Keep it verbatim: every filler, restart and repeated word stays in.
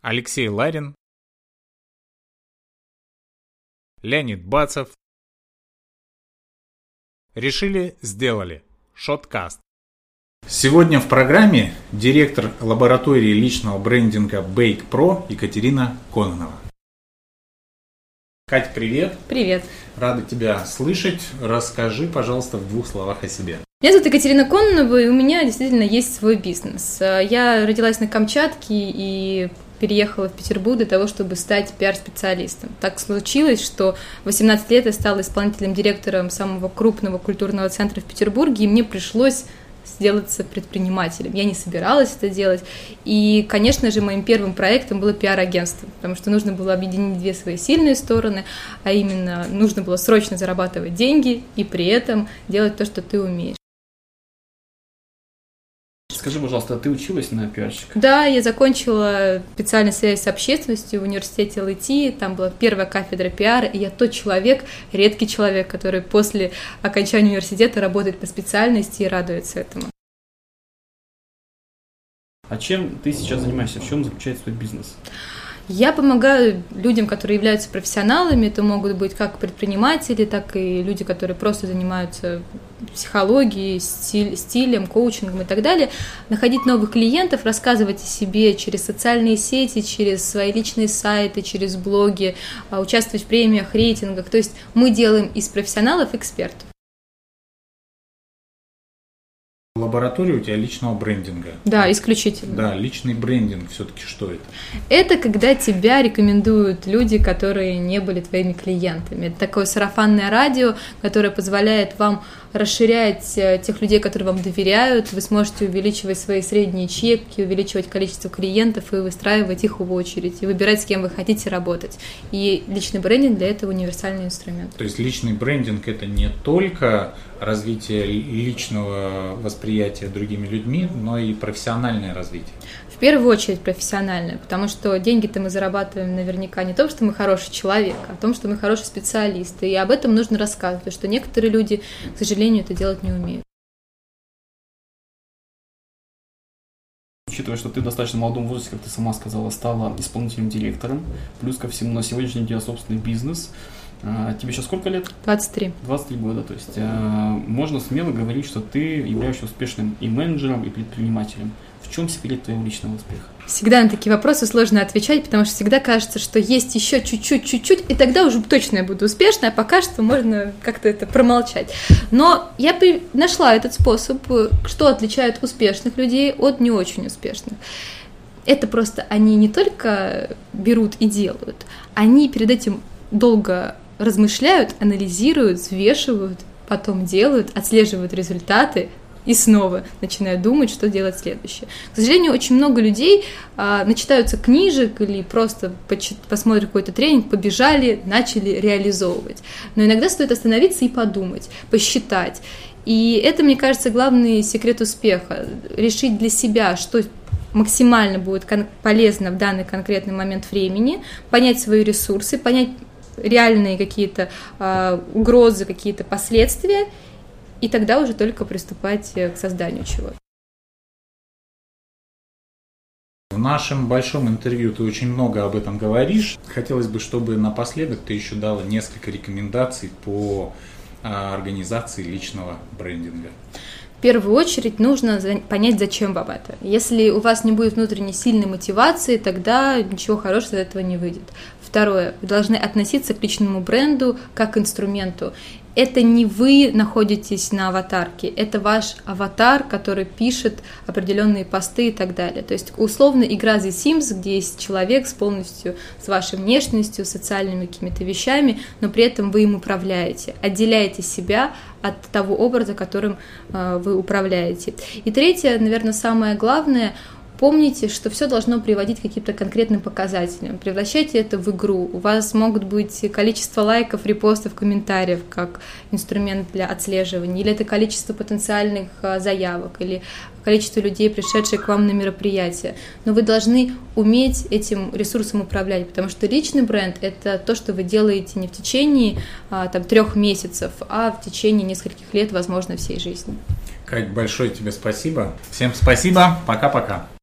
Алексей Ларин, Леонид Бацев. Решили, сделали. Шоткаст. Сегодня в программе директор лаборатории личного брендинга Bake Pro Екатерина Кононова. Кать, привет. Привет. Рада тебя слышать. Расскажи, пожалуйста, в двух словах о себе. Меня зовут Екатерина Кононова, и у меня действительно есть свой бизнес. Я родилась на Камчатке и переехала в Петербург для того, чтобы стать пиар-специалистом. Так случилось, что в восемнадцать лет я стала исполнительным директором самого крупного культурного центра в Петербурге, и мне пришлось сделаться предпринимателем. Я не собиралась это делать. И, конечно же, моим первым проектом было пиар-агентство, потому что нужно было объединить две свои сильные стороны, а именно нужно было срочно зарабатывать деньги и при этом делать то, что ты умеешь. Скажи, пожалуйста, ты училась на пиарщика? Да, я закончила специальную связь с общественностью в университете эл ай ти, там была первая кафедра пиара, и я тот человек, редкий человек, который после окончания университета работает по специальности и радуется этому. А чем ты сейчас занимаешься? В чем заключается твой бизнес? Я помогаю людям, которые являются профессионалами, это могут быть как предприниматели, так и люди, которые просто занимаются психологией, стиль, стилем, коучингом и так далее, находить новых клиентов, рассказывать о себе через социальные сети, через свои личные сайты, через блоги, участвовать в премиях, рейтингах. То есть мы делаем из профессионалов экспертов. Лаборатория у тебя личного брендинга. Да, исключительно. Да, личный брендинг, все-таки что это? Это когда тебя рекомендуют люди, которые не были твоими клиентами. Это такое сарафанное радио, которое позволяет вам расширять тех людей, которые вам доверяют. Вы сможете увеличивать свои средние чеки, увеличивать количество клиентов и выстраивать их в очередь, и выбирать, с кем вы хотите работать. И личный брендинг для этого универсальный инструмент. То есть личный брендинг – это не только развитие личного восприятия другими людьми, но и профессиональное развитие. В первую очередь профессиональное, потому что деньги-то мы зарабатываем наверняка не то, что мы хороший человек, а о том, что мы хороший специалист. И об этом нужно рассказывать, потому что некоторые люди, к сожалению, это делать не умеют. Учитывая, что ты в достаточно молодом возрасте, как ты сама сказала, стала исполнительным директором, плюс ко всему на сегодняшний день у тебя собственный бизнес. Тебе сейчас сколько лет? двадцать три. двадцать три года, то есть можно смело говорить, что ты являешься успешным и менеджером, и предпринимателем. В чем секрет твоего личного успеха? Всегда на такие вопросы сложно отвечать, потому что всегда кажется, что есть еще чуть-чуть, чуть-чуть, и тогда уже точно я буду успешной, а пока что можно как-то это промолчать. Но я нашла этот способ, что отличает успешных людей от не очень успешных. Это просто они не только берут и делают, они перед этим долго размышляют, анализируют, взвешивают, потом делают, отслеживают результаты, и снова начинаю думать, что делать следующее. К сожалению, очень много людей а, начитаются книжек или просто почит, посмотрят какой-то тренинг, побежали, начали реализовывать. Но иногда стоит остановиться и подумать, посчитать. И это, мне кажется, главный секрет успеха. Решить для себя, что максимально будет кон- полезно в данный конкретный момент времени, понять свои ресурсы, понять реальные какие-то а, угрозы, какие-то последствия, и тогда уже только приступать к созданию чего-то. В нашем большом интервью ты очень много об этом говоришь. Хотелось бы, чтобы напоследок ты еще дала несколько рекомендаций по организации личного брендинга. В первую очередь нужно понять, зачем вам это. Если у вас не будет внутренней сильной мотивации, тогда ничего хорошего из этого не выйдет. Второе. Вы должны относиться к личному бренду как к инструменту. Это не вы находитесь на аватарке, это ваш аватар, который пишет определенные посты и так далее. То есть, условно, игра The Sims, где есть человек с полностью с вашей внешностью, социальными какими-то вещами, но при этом вы им управляете, отделяете себя от того образа, которым э, вы управляете. И третье, наверное, самое главное – помните, что все должно приводить к каким-то конкретным показателям. Превращайте это в игру. У вас могут быть количество лайков, репостов, комментариев как инструмент для отслеживания, или это количество потенциальных заявок, или количество людей, пришедших к вам на мероприятие. Но вы должны уметь этим ресурсом управлять, потому что личный бренд – это то, что вы делаете не в течение там, трех месяцев, а в течение нескольких лет, возможно, всей жизни. Кать, большое тебе спасибо. Всем спасибо. Пока-пока.